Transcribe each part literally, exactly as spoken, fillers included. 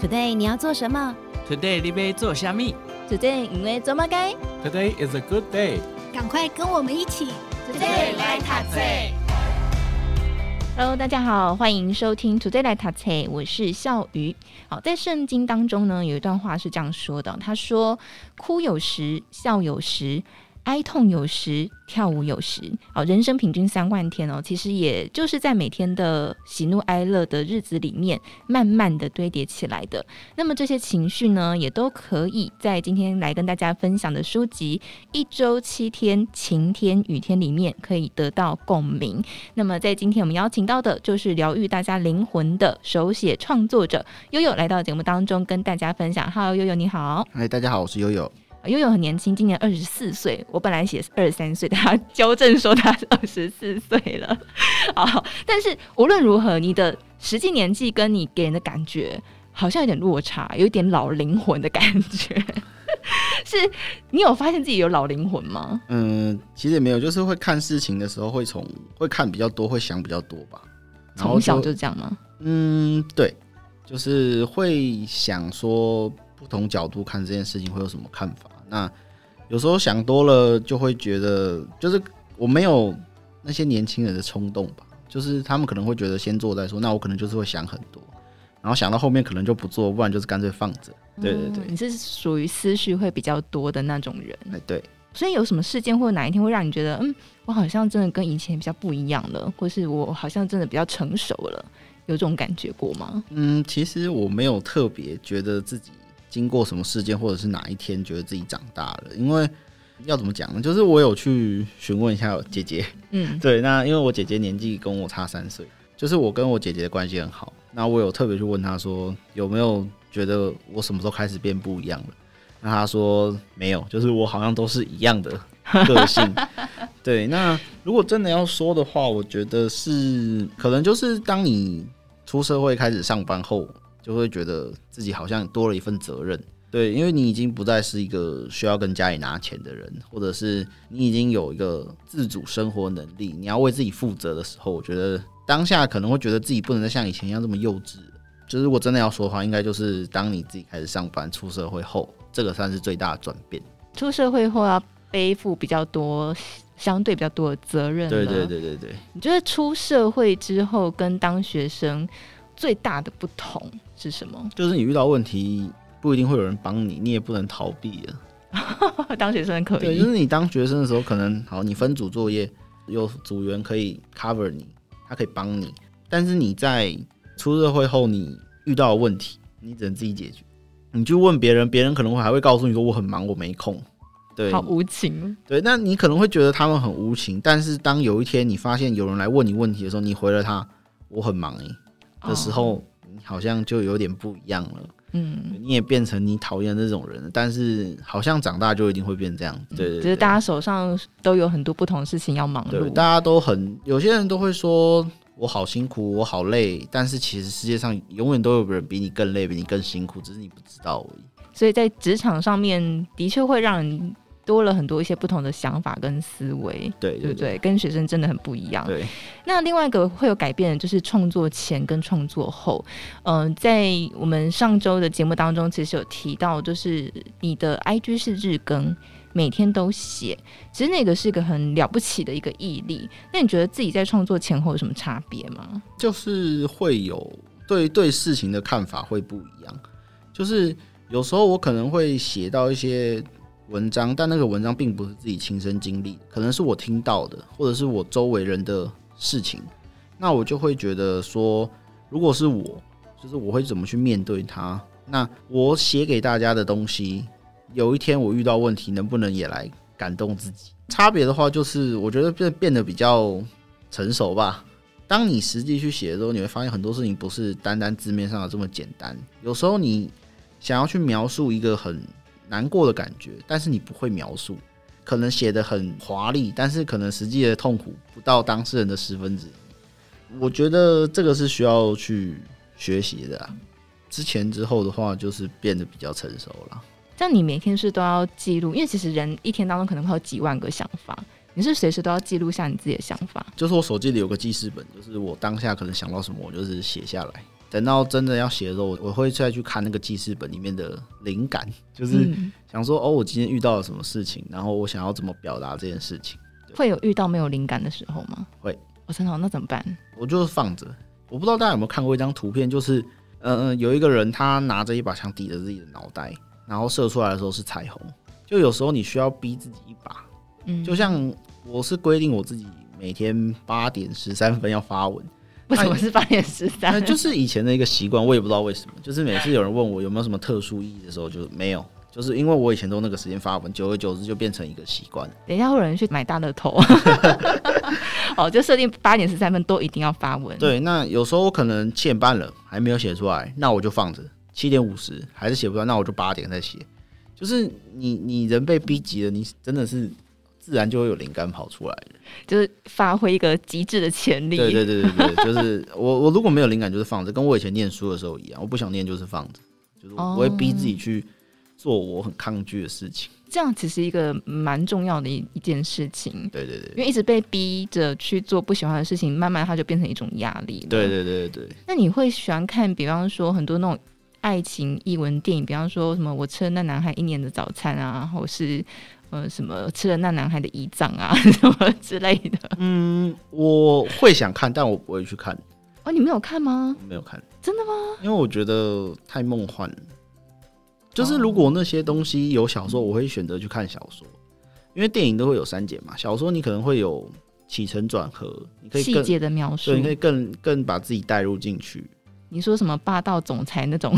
Today 你要做什么？ Today 你要做什么？ Today 因为做乜该？ Today is a good day。 赶快跟我们一起 Today 来读册。 Hello， 大家好，欢迎收听 Today 来读册，我是笑瑜。好，在圣经当中呢，有一段话是这样说的，他说：“哭有时，笑有时。”哀痛有时，跳舞有时。好，人生平均三万天哦，其实也就是在每天的喜怒哀乐的日子里面，慢慢的堆叠起来的。那么这些情绪呢，也都可以在今天来跟大家分享的书籍《一周七天晴天雨天》里面可以得到共鸣。那么在今天我们邀请到的就是疗愈大家灵魂的手写创作者悠悠来到节目当中跟大家分享。Hello， 悠悠你好。 嗨，大家好，我是悠悠。 悠悠很年轻，今年二十四岁，我本来写二十三岁，他纠正说他是二十四岁了。好，但是无论如何，你的实际年纪跟你给人的感觉好像有点落差，有一点老灵魂的感觉。是你有发现自己有老灵魂吗？ 嗯，其实也没有，就是会看事情的时候会从会看比较多，会想比较多吧。 从小就这样吗？ 嗯，对，就是会想说不同角度看这件事情会有什么看法。那有时候想多了就会觉得，就是我没有那些年轻人的冲动吧，就是他们可能会觉得先做再说，那我可能就是会想很多，然后想到后面可能就不做，不然就是干脆放着。对对对、嗯， 你是属于思绪会比较多的那种人。 哎，对。 所以有什么事件或哪一天会让你觉得，嗯，我好像真的跟以前比较不一样了，或是我好像真的比较成熟了，有这种感觉过吗？ 嗯，其实我没有特别觉得自己经过什么事件或者是哪一天觉得自己长大了，因为要怎么讲呢，就是我有去询问一下我姐姐。嗯，对，那因为我姐姐年纪跟我差三岁，就是我跟我姐姐的关系很好，那我有特别去问她说有没有觉得我什么时候开始变不一样了，那她说没有，就是我好像都是一样的个性。对，那如果真的要说的话，我觉得是可能就是当你出社会开始上班后，就会觉得自己好像多了一份责任。对，因为你已经不再是一个需要跟家里拿钱的人，或者是你已经有一个自主生活能力，你要为自己负责的时候，我觉得当下可能会觉得自己不能再像以前一样这么幼稚。就是如果真的要说的话，应该就是当你自己开始上班出社会后，这个算是最大的转变。 出社会后要背负比较多相对比较多的责任了。 对对对对对。 你觉得出社会之后跟当学生最大的不同是什么？ 就是你遇到问题不一定会有人帮你，你也不能逃避了。 当学生可以， 对，就是你当学生的时候，可能好，你分组作业，有组员可以 cover 你，他可以帮你。但是你在出社会后，你遇到的问题，你只能自己解决。你去问别人，别人可能还会告诉你说我很忙，我没空。对， 好无情。 对，那你可能会觉得他们很无情，但是当有一天你发现有人来问你问题的时候，你回了他我很忙欸的时候，你好像就有点不一样了。嗯，你也变成你讨厌的那种人了，但是好像长大就一定会变这样。对对对， 只是大家手上都有很多不同的事情要忙碌。 对，大家都很，有些人都会说我好辛苦，我好累，但是其实世界上永远都有人比你更累，比你更辛苦，只是你不知道而已。 所以在职场上面，的确会让人多了很多一些不同的想法跟思维， 对对 对, 对不对？跟学生真的很不一样。 对。 那另外一个会有改变的就是创作前跟创作后。嗯、呃，在我们上周的节目当中，其实有提到，就是你的 I G 是日更，每天都写，其实那个是一个很了不起的一个毅力。那你觉得自己在创作前后有什么差别吗？ 就是会有对对事情的看法会不一样，就是有时候我可能会写到一些文章，但那个文章并不是自己亲身经历，可能是我听到的，或者是我周围人的事情，那我就会觉得说，如果是我，就是我会怎么去面对它。那我写给大家的东西，有一天我遇到问题，能不能也来感动自己？差别的话，就是我觉得变得比较成熟吧。当你实际去写的时候，你会发现很多事情不是单单字面上的这么简单。有时候你想要去描述一个很难过的感觉，但是你不会描述，可能写得很华丽，但是可能实际的痛苦不到当事人的十分之一。我觉得这个是需要去学习的啊。之前之后的话，就是变得比较成熟了。 这样你每天是都要记录，因为其实人一天当中可能会有几万个想法，你是随时都要记录下你自己的想法？ 就是我手机里有个记事本，就是我当下可能想到什么，我就是写下来。 等到真的要写的时候，我会再去看那个记事本里面的灵感，就是想说、嗯、哦，我今天遇到了什么事情，然后我想要怎么表达这件事情。 会有遇到没有灵感的时候吗？ 会。 我真的，那怎么办？ 我就是放着。我不知道大家有没有看过一张图片，就是呃有一个人他拿着一把枪抵着自己的脑袋，然后射出来的时候是彩虹。就有时候你需要逼自己一把，嗯，就像我是规定我自己每天八点十三分要发文。 为什么是八点十三？ 就是以前的一个习惯，我也不知道为什么。就是每次有人问我有没有什么特殊意义的时候，就没有。就是因为我以前都那个时间发文，久而久之就变成一个习惯。 等一下会有人去买大乐透，哦，就设定八点十三分都一定要发文。 对，那有时候我可能七点半了还没有写出来，那我就放着。七点五十还是写不出来，那我就八点再写。就是你你人被逼急了，你真的是自然就会有灵感跑出来的， 就是发挥一个极致的潜力。 对对对对对，就是我我如果没有灵感就是放着，跟我以前念书的时候一样，我不想念就是放着，就是我不会逼自己去做我很抗拒的事情。 这样其实一个蛮重要的 一, 一件事情。 对对对， 因为一直被逼着去做不喜欢的事情，慢慢它就变成一种压力了。 对对对对。 那你会喜欢看，比方说很多那种爱情艺文电影，比方说什么我吃了那男孩一年的早餐啊，或是呃什么吃了那男孩的胰脏啊什么之类的。 嗯，我会想看，但我不会去看。 哦，你没有看吗？ 没有看。 真的吗？ 因为我觉得太梦幻了。就是如果那些东西有小说，我会选择去看小说，因为电影都会有删减嘛。小说你可能会有起承转合，你可以细节的描述， 对，你可以更更把自己带入进去。 你说什么霸道总裁那种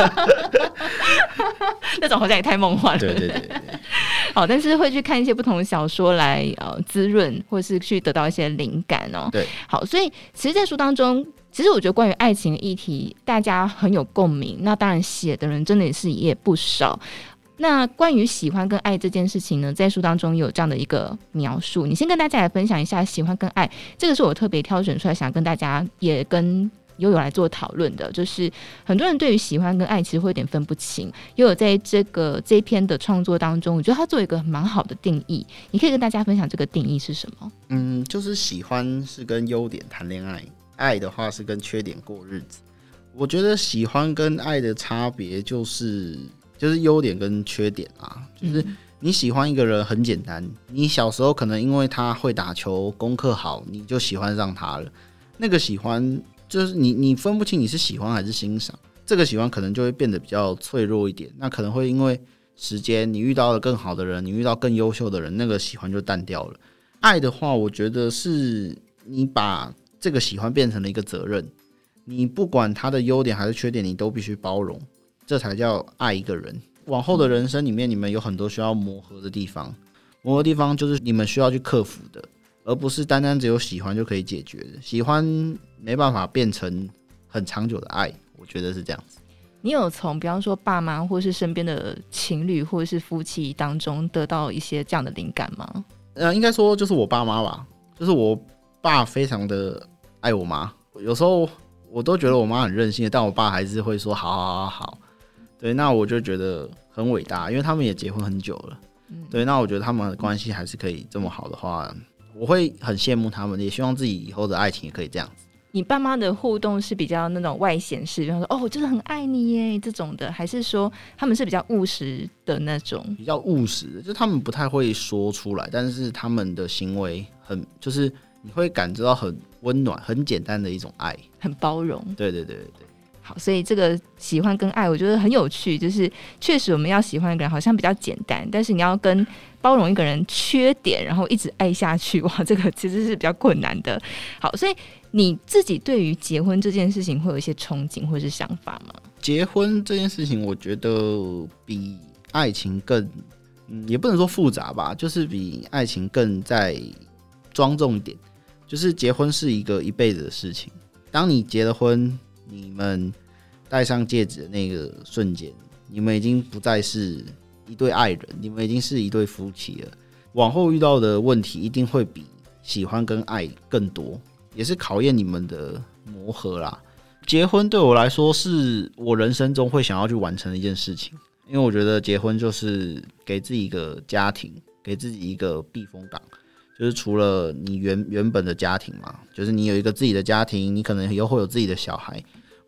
那种好像也太梦幻了。 对对对对。 好，但是会去看一些不同的小说来呃滋润，或是去得到一些灵感哦。 对。好， 所以其实在书当中，其实我觉得关于爱情的议题大家很有共鸣，那当然写的人真的也是也不少。那关于喜欢跟爱这件事情呢，在书当中有这样的一个描述，你先跟大家来分享一下喜欢跟爱，这个是我特别挑选出来想跟大家也跟悠悠来做讨论的。就是很多人对于喜欢跟爱其实会有点分不清，悠悠在这个这一篇的创作当中，我觉得他做一个蛮好的定义，你可以跟大家分享这个定义是什么？ 嗯，就是喜欢是跟优点谈恋爱，爱的话是跟缺点过日子。我觉得喜欢跟爱的差别就是就是优点跟缺点啊，就是你喜欢一个人很简单，你小时候可能因为他会打球功课好你就喜欢上他了，那个喜欢就是你你分不清你是喜欢还是欣赏，这个喜欢可能就会变得比较脆弱一点，那可能会因为时间你遇到了更好的人，你遇到更优秀的人，那个喜欢就淡掉了。爱的话我觉得是你把这个喜欢变成了一个责任，你不管他的优点还是缺点你都必须包容，这才叫爱一个人。往后的人生里面你们有很多需要磨合的地方，磨合的地方就是你们需要去克服的，而不是单单只有喜欢就可以解决的。喜欢没办法变成很长久的爱，我觉得是这样子。 你有从比方说爸妈或是身边的情侣或是夫妻当中得到一些这样的灵感吗？ 呃，应该说就是我爸妈吧，就是我爸非常的爱我妈，有时候我都觉得我妈很任性，但我爸还是会说好好好好。对，那我就觉得很伟大，因为他们也结婚很久了。嗯、对，那我觉得他们的关系还是可以这么好的话，我会很羡慕他们，也希望自己以后的爱情也可以这样子。 你爸妈的互动是比较那种外显式，比方说哦我就是很爱你耶这种的，还是说他们是比较务实的那种？ 比较务实的，就是他们不太会说出来，但是他们的行为很就是你会感知到很温暖很简单的一种爱， 很包容。 对对对对对。 好，所以这个喜欢跟爱我觉得很有趣，就是确实我们要喜欢一个人好像比较简单，但是你要跟包容一个人缺点然后一直爱下去，哇这个其实是比较困难的。好，所以你自己对于结婚这件事情会有一些憧憬或是想法吗？结婚这件事情我觉得比爱情更、嗯、也不能说复杂吧，就是比爱情更再庄重一点，就是结婚是一个一辈子的事情，当你结了婚你们戴上戒指的那个瞬间，你们已经不再是一对爱人，你们已经是一对夫妻了。往后遇到的问题一定会比喜欢跟爱更多，也是考验你们的磨合啦。结婚对我来说是我人生中会想要去完成的一件事情，因为我觉得结婚就是给自己一个家庭，给自己一个避风港，就是除了你 原, 原本的家庭嘛，就是你有一个自己的家庭，你可能以后会有自己的小孩，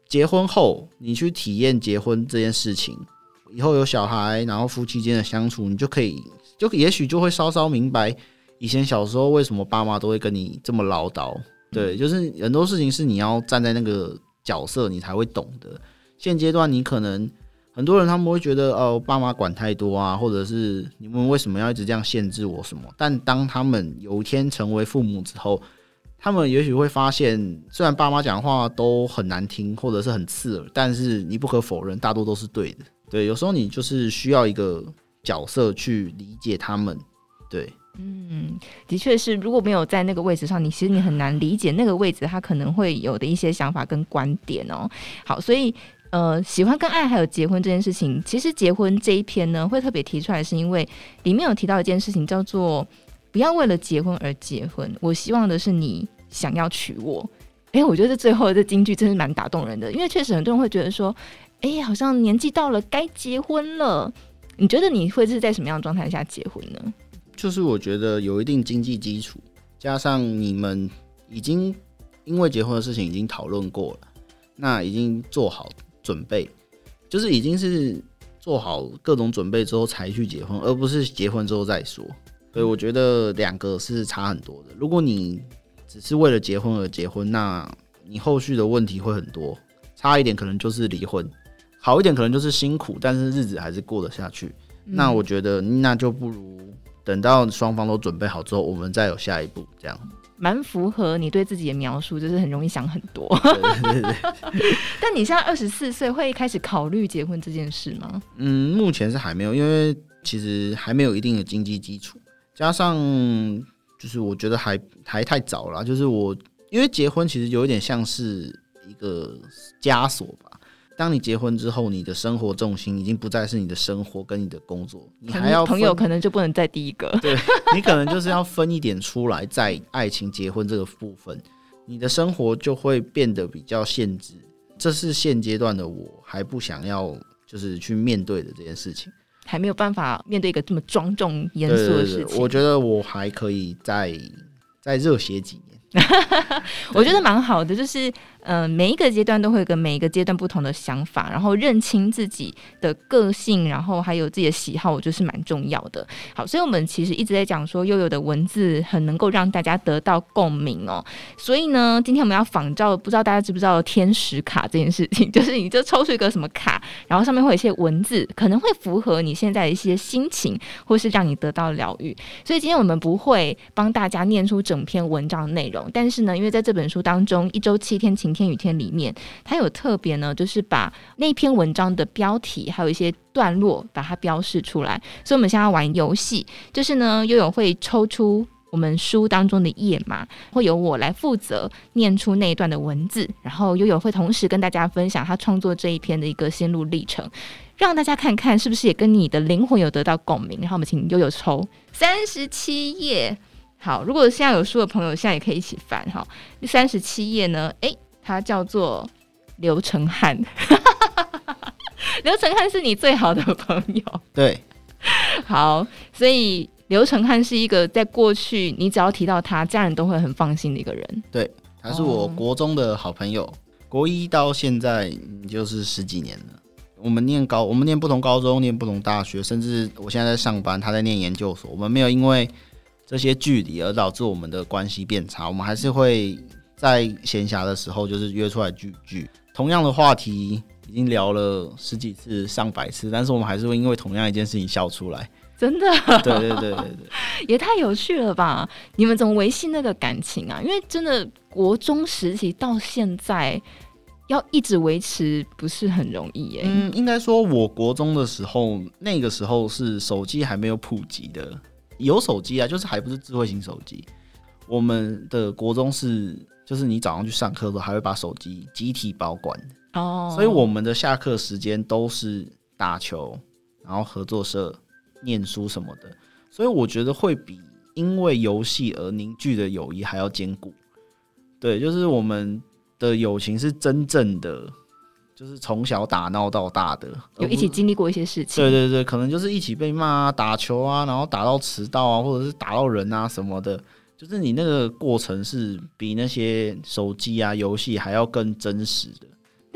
结婚后你去体验结婚这件事情，以后有小孩，然后夫妻间的相处，你就可以就也许就会稍稍明白以前小时候为什么爸妈都会跟你这么唠叨。对，就是很多事情是你要站在那个角色你才会懂的。现阶段你可能很多人他们会觉得哦，爸妈管太多啊，或者是你们为什么要一直这样限制我什么？但当他们有一天成为父母之后，他们也许会发现，虽然爸妈讲话都很难听或者是很刺耳，但是你不可否认，大多都是对的。对，有时候你就是需要一个角色去理解他们。对， 嗯，的确是，如果没有在那个位置上，你其实你很难理解那个位置他可能会有的一些想法跟观点哦。好，所以呃，喜欢跟爱还有结婚这件事情，其实结婚这一篇呢会特别提出来，是因为里面有提到一件事情叫做不要为了结婚而结婚，我希望的是你想要娶我。哎，我觉得这最后的这金句真是蛮打动人的，因为确实很多人会觉得说，哎，好像年纪到了该结婚了。你觉得你会是在什么样的状态下结婚呢？ 就是我觉得有一定经济基础，加上你们已经因为结婚的事情已经讨论过了，那已经做好准备，就是已经是做好各种准备之后才去结婚，而不是结婚之后再说。所以我觉得两个是差很多的。如果你只是为了结婚而结婚，那你后续的问题会很多。差一点可能就是离婚，好一点可能就是辛苦，但是日子还是过得下去。嗯、那我觉得那就不如等到双方都准备好之后，我们再有下一步，这样。 蛮符合你对自己的描述，就是很容易想很多。 对对对但你现在二十四岁，会开始考虑结婚这件事吗？ 嗯，目前是还没有，因为其实还没有一定的经济基础，加上就是我觉得还还太早了。就是我因为结婚其实有一点像是一个枷锁吧。当你结婚之后，你的生活重心已经不再是你的生活跟你的工作，你还要朋友可能就不能在第一个。 对，你可能就是要分一点出来，在爱情结婚这个部分，你的生活就会变得比较限制。这是现阶段的我还不想要就是去面对的这件事情， 还没有办法面对一个这么庄重严肃的事情。对对对， 我觉得我还可以再再热血几年。 我觉得蛮好的，就是呃，每一个阶段都会有个每一个阶段不同的想法，然后认清自己的个性，然后还有自己的喜好，我觉得是蛮重要的。好，所以我们其实一直在讲说悠悠的文字很能够让大家得到共鸣哦。所以呢，今天我们要仿照，不知道大家知不知道天使卡这件事情，就是你就抽出一个什么卡，然后上面会有一些文字，可能会符合你现在的一些心情，或是让你得到疗愈。所以今天我们不会帮大家念出整篇文章的内容，但是呢，因为在这本书当中，一周七天晴天雨天里面，它有特别呢，就是把那篇文章的标题还有一些段落把它标示出来。所以我们现在要玩游戏，就是呢，悠悠会抽出我们书当中的页码，会由我来负责念出那一段的文字，然后悠悠会同时跟大家分享他创作这一篇的一个心路历程，让大家看看是不是也跟你的灵魂有得到共鸣。然后我们请悠悠抽三十七页。好，如果现在有书的朋友，现在也可以一起翻哈。三十七页呢，哎，它叫做刘承翰。刘承翰是你最好的朋友， 对。 好，所以刘承翰是一个在过去你只要提到他，家人都会很放心的一个人。 对，他是我国中的好朋友，哦、国一到现在就是十几年了。我们念高，我们念不同高中，念不同大学，甚至我现在在上班，他在念研究所。我们没有因为这些距离而导致我们的关系变差，我们还是会在闲暇的时候就是约出来聚聚。同样的话题已经聊了十几次、上百次，但是我们还是会因为同样一件事情笑出来。 真的？ 对对对对对， 也太有趣了吧！你们怎么维系那个感情啊？因为真的国中时期到现在，要一直维持不是很容易耶。 嗯，应该说，我国中的时候，那个时候是手机还没有普及的。有手机啊，就是还不是智慧型手机。我们的国中是，就是你早上去上课的时候，还会把手机集体保管哦， 所以我们的下课时间都是打球，然后合作社、念书什么的。所以我觉得会比因为游戏而凝聚的友谊还要坚固。对，就是我们的友情是真正的。就是从小打闹到大的， 有一起经历过一些事情。 对对对，可能就是一起被骂啊、打球啊，然后打到迟到啊，或者是打到人啊什么的。就是你那个过程是比那些手机啊、游戏还要更真实的。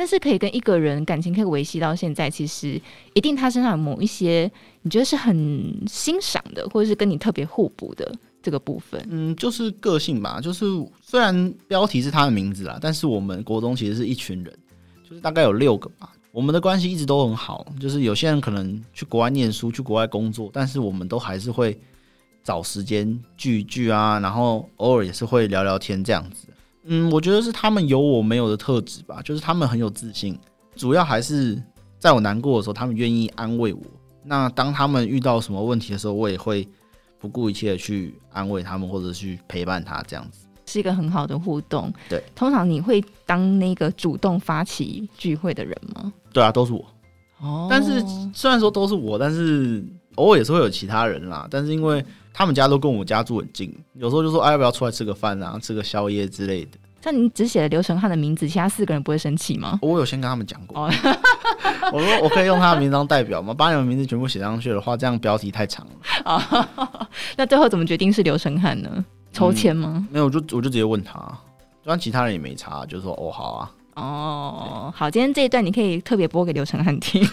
但是可以跟一个人感情可以维系到现在，其实一定他身上有某一些你觉得是很欣赏的，或者是跟你特别互补的这个部分。 嗯，就是个性吧。就是虽然标题是他的名字啦，但是我们国中其实是一群人，就是大概有六个吧。我们的关系一直都很好，就是有些人可能去国外念书，去国外工作，但是我们都还是会找时间聚一聚啊，然后偶尔也是会聊聊天这样子。嗯，我觉得是他们有我没有的特质吧，就是他们很有自信，主要还是在我难过的时候，他们愿意安慰我。那当他们遇到什么问题的时候，我也会不顾一切的去安慰他们，或者去陪伴他，这样子是一个很好的互动。 对， 通常你会当那个主动发起聚会的人吗？ 对啊，都是我。 哦， 但是虽然说都是我，但是偶尔也是会有其他人啦。但是因为他们家都跟我家住很近，有时候就说哎、啊，要不要出来吃个饭啊，吃个宵夜之类的。 像你只写了刘承翰的名字，其他四个人不会生气吗？ 我有先跟他们讲过，哦、我说我可以用他的名字当代表吗？把你们名字全部写上去的话，这样标题太长了。 哦、那最后怎么决定是刘承翰呢？抽签吗？ 嗯、没有，我就我就直接问他，就算其他人也没差，就说哦好啊。 哦，好，今天这一段你可以特别播给刘承翰听。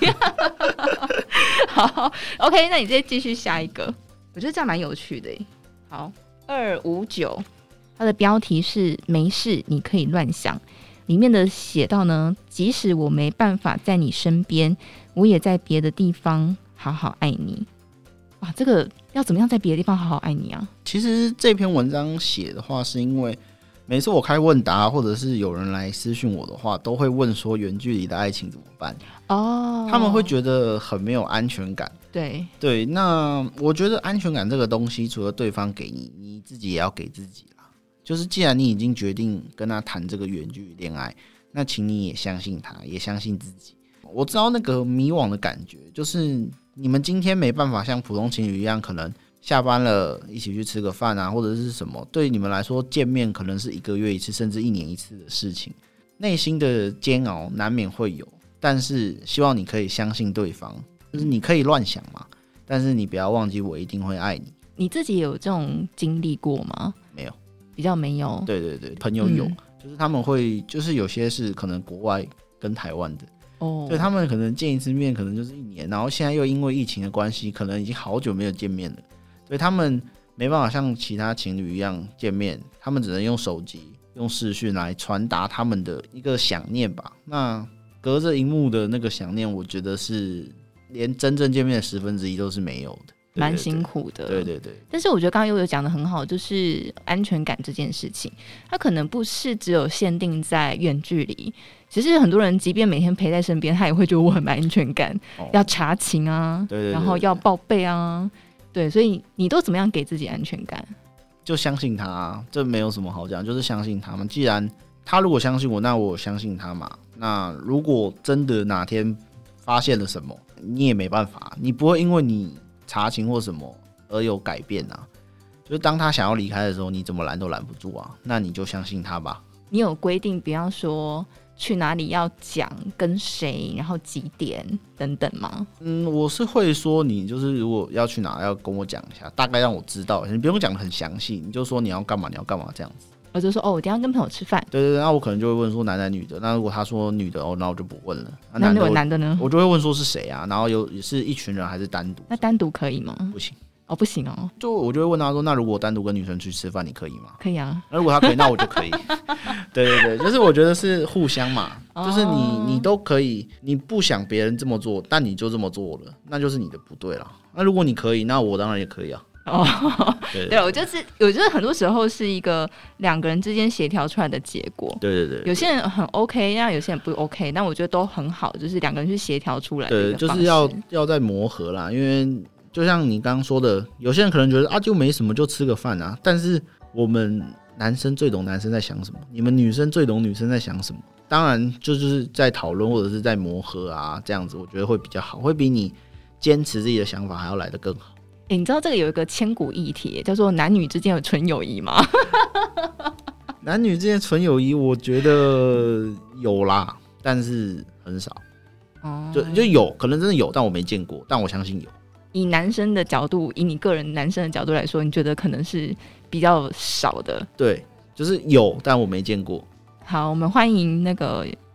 好 ，OK， 那你再继续下一个，我觉得这样蛮有趣的耶。好，二五九，它的标题是“没事，你可以乱想”，里面的写到呢，即使我没办法在你身边，我也在别的地方好好爱你。哇，这个要怎么样在别的地方好好爱你啊？ 其实这篇文章写的话，是因为每次我开问答，或者是有人来私讯我的话，都会问说远距离的爱情怎么办？哦，他们会觉得很没有安全感。 对对，那我觉得安全感这个东西，除了对方给你，你自己也要给自己啦。就是既然你已经决定跟他谈这个远距离恋爱，那请你也相信他，也相信自己。我知道那个迷惘的感觉，就是你们今天没办法像普通情侣一样，可能下班了一起去吃个饭啊，或者是什么，对你们来说见面可能是一个月一次甚至一年一次的事情，内心的煎熬难免会有，但是希望你可以相信对方，就是你可以乱想嘛，但是你不要忘记我一定会爱你。 你自己有这种经历过吗？ 没有， 比较没有。 对对对，朋友有、 嗯、 就是他们会，就是有些是可能国外跟台湾的哦，对，他们可能见一次面可能就是一年，然后现在又因为疫情的关系，可能已经好久没有见面了，所以他们没办法像其他情侣一样见面，他们只能用手机用视讯来传达他们的一个想念吧。那隔着荧幕的那个想念，我觉得是连真正见面的十分之一都是没有的， 蛮辛苦的。 对对对。 但是我觉得刚刚悠悠讲的很好，就是安全感这件事情，它可能不是只有限定在远距离。其实很多人即便每天陪在身边，他也会觉得我很没安全感、哦、要查勤啊， 对对对对， 然后要报备啊，对，所以你都怎么样给自己安全感？ 就相信他、啊，这没有什么好讲，就是相信他们。既然他如果相信我，那我相信他嘛。那如果真的哪天发现了什么，你也没办法，你不会因为你查勤或什么而有改变啊。就是当他想要离开的时候，你怎么拦都拦不住啊。那你就相信他吧。 你有规定，比方说去哪里要讲，跟谁，然后几点等等吗？ 嗯，我是会说，你就是如果要去哪，要跟我讲一下，大概让我知道。你不用讲得很详细，你就说你要干嘛，你要干嘛这样子。 我就说哦，我等一下跟朋友吃饭。 对对对，那我可能就会问说男男女的。那如果他说女的哦，那我就不问了。 那如果男的呢？ 我就会问说是谁啊？然后有也是一群人还是单独？ 那单独可以吗？ 不行。 哦，不行哦。 就我就会问他说，那如果单独跟女生去吃饭，你可以吗？ 可以啊。 那如果他可以，那我就可以。对对对，就是我觉得是互相嘛，哦、就是你你都可以，你不想别人这么做，但你就这么做了，那就是你的不对了。那如果你可以，那我当然也可以啊。哦，对, 对, 对， 对，我就是我觉得很多时候是一个两个人之间协调出来的结果。 对对 对, 对， 有些人很 OK， 那有些人不 OK， 但我觉得都很好，就是两个人去协调出来的一个方式。对， 就是要要再磨合啦，因为就像你刚刚说的，有些人可能觉得啊就没什么，就吃个饭啊，但是我们男生最懂男生在想什么，你们女生最懂女生在想什么。当然就是在讨论或者是在磨合啊，这样子我觉得会比较好，会比你坚持自己的想法还要来得更好。 欸、你知道这个有一个千古议题叫做男女之间有纯友谊吗？ 男女之间纯友谊我觉得有啦，但是很少、哦、就, 就有可能真的有，但我没见过，但我相信有。 以男生的角度，以你个人男生的角度来说，你觉得可能是比较少的？ 对，就是有，但我没见过。 好，我们欢迎那个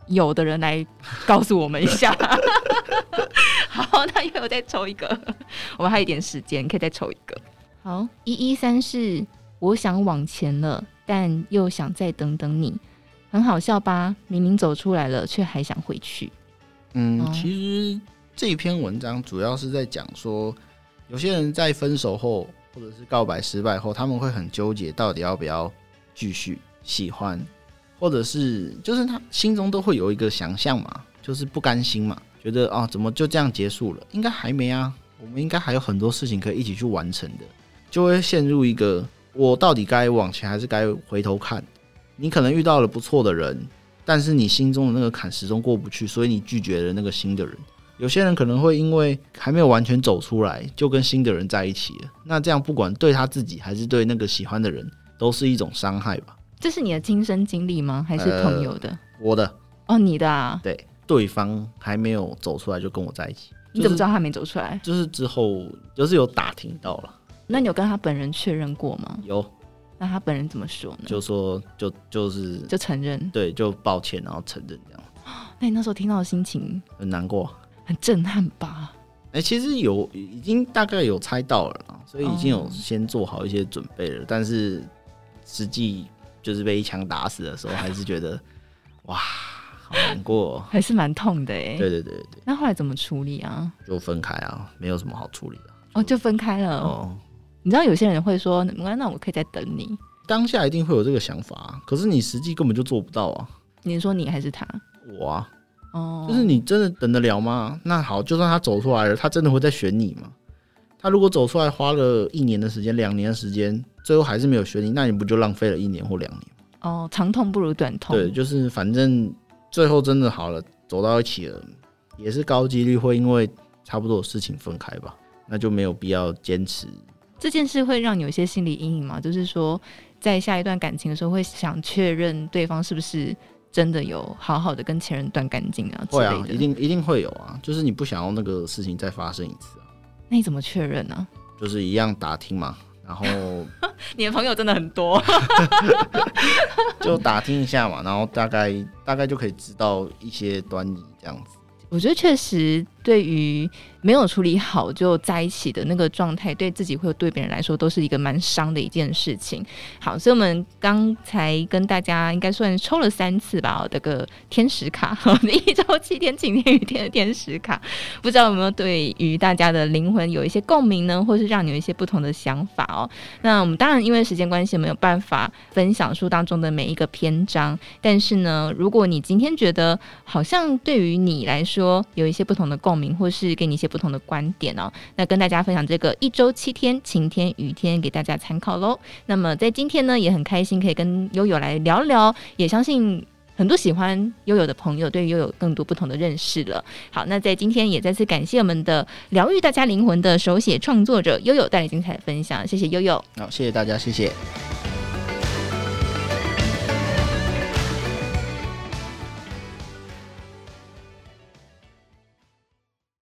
有的人来告诉我们一下。好，那又有再抽一个，我们还有一点时间，可以再抽一个。好，一一三是我想往前了，但又想再等等你，很好笑吧？明明走出来了，却还想回去。 嗯， 哦其实这篇文章主要是在讲说，有些人在分手后或者是告白失败后，他们会很纠结，到底要不要继续喜欢，或者是就是他心中都会有一个想象嘛，就是不甘心嘛，觉得啊怎么就这样结束了？应该还没啊，我们应该还有很多事情可以一起去完成的，就会陷入一个我到底该往前还是该回头看？你可能遇到了不错的人，但是你心中的那个坎始终过不去，所以你拒绝了那个新的人。有些人可能会因为还没有完全走出来，就跟新的人在一起了。那这样不管对他自己还是对那个喜欢的人，都是一种伤害吧？ 这是你的亲身经历吗？还是朋友的？呃、 我的。 哦，你的啊？ 对，对方还没有走出来就跟我在一起。 你怎么知道他没走出来？ 就是之后就是有打听到了。 那你有跟他本人确认过吗？ 有。 那他本人怎么说呢？ 就说就就是就承认， 对，就抱歉，然后承认这样。 那你那时候听到的心情很难过， 很震撼吧？ 哎、欸，其实有已经大概有猜到了啦，所以已经有先做好一些准备了。哦、但是实际就是被一枪打死的时候，还是觉得哇，好难过、喔， 还是蛮痛的哎。 对对对对。 那后来怎么处理啊？ 就分开啊，没有什么好处理的。 哦，就分开了。哦。你知道有些人会说，那我可以再等你。 当下一定会有这个想法、啊，可是你实际根本就做不到啊。 你说你还是他？ 我啊。 哦。 就是你真的等得了吗？那好，就算他走出来了，他真的会再选你吗？他如果走出来花了一年的时间、两年的时间，最后还是没有选你，那你不就浪费了一年或两年？ 哦，长痛不如短痛。 对，就是反正最后真的好了，走到一起了，也是高几率会因为差不多的事情分开吧，那就没有必要坚持。 这件事会让你有一些心理阴影吗？就是说在下一段感情的时候会想确认对方是不是真的有好好的跟前任断干净啊之类的。会啊，一定一定会有啊，就是你不想要那个事情再发生一次啊。 那你怎么确认呢？ 就是一样打听嘛，然后你的朋友真的很多就打听一下嘛，然后大概大概就可以知道一些端倪这样子。 我觉得确实对于没有处理好就在一起的那个状态，对自己或对别人来说都是一个蛮伤的一件事情。好，所以我们刚才跟大家应该算抽了三次吧，这个天使卡，一周七天晴天雨天的天使卡，不知道有没有对于大家的灵魂有一些共鸣呢，或是让你有一些不同的想法哦。那我们当然因为时间关系没有办法分享书当中的每一个篇章，但是呢，如果你今天觉得好像对于你来说有一些不同的共鸣，或是给你一些不同的观点哦，那跟大家分享这个一周七天晴天雨天给大家参考咯。那么在今天呢，也很开心可以跟悠悠来聊聊，也相信很多喜欢悠悠的朋友对悠悠更多不同的认识了。好，那在今天也再次感谢我们的疗愈大家灵魂的手写创作者悠悠带来精彩的分享，谢谢悠悠。 好，谢谢大家，谢谢。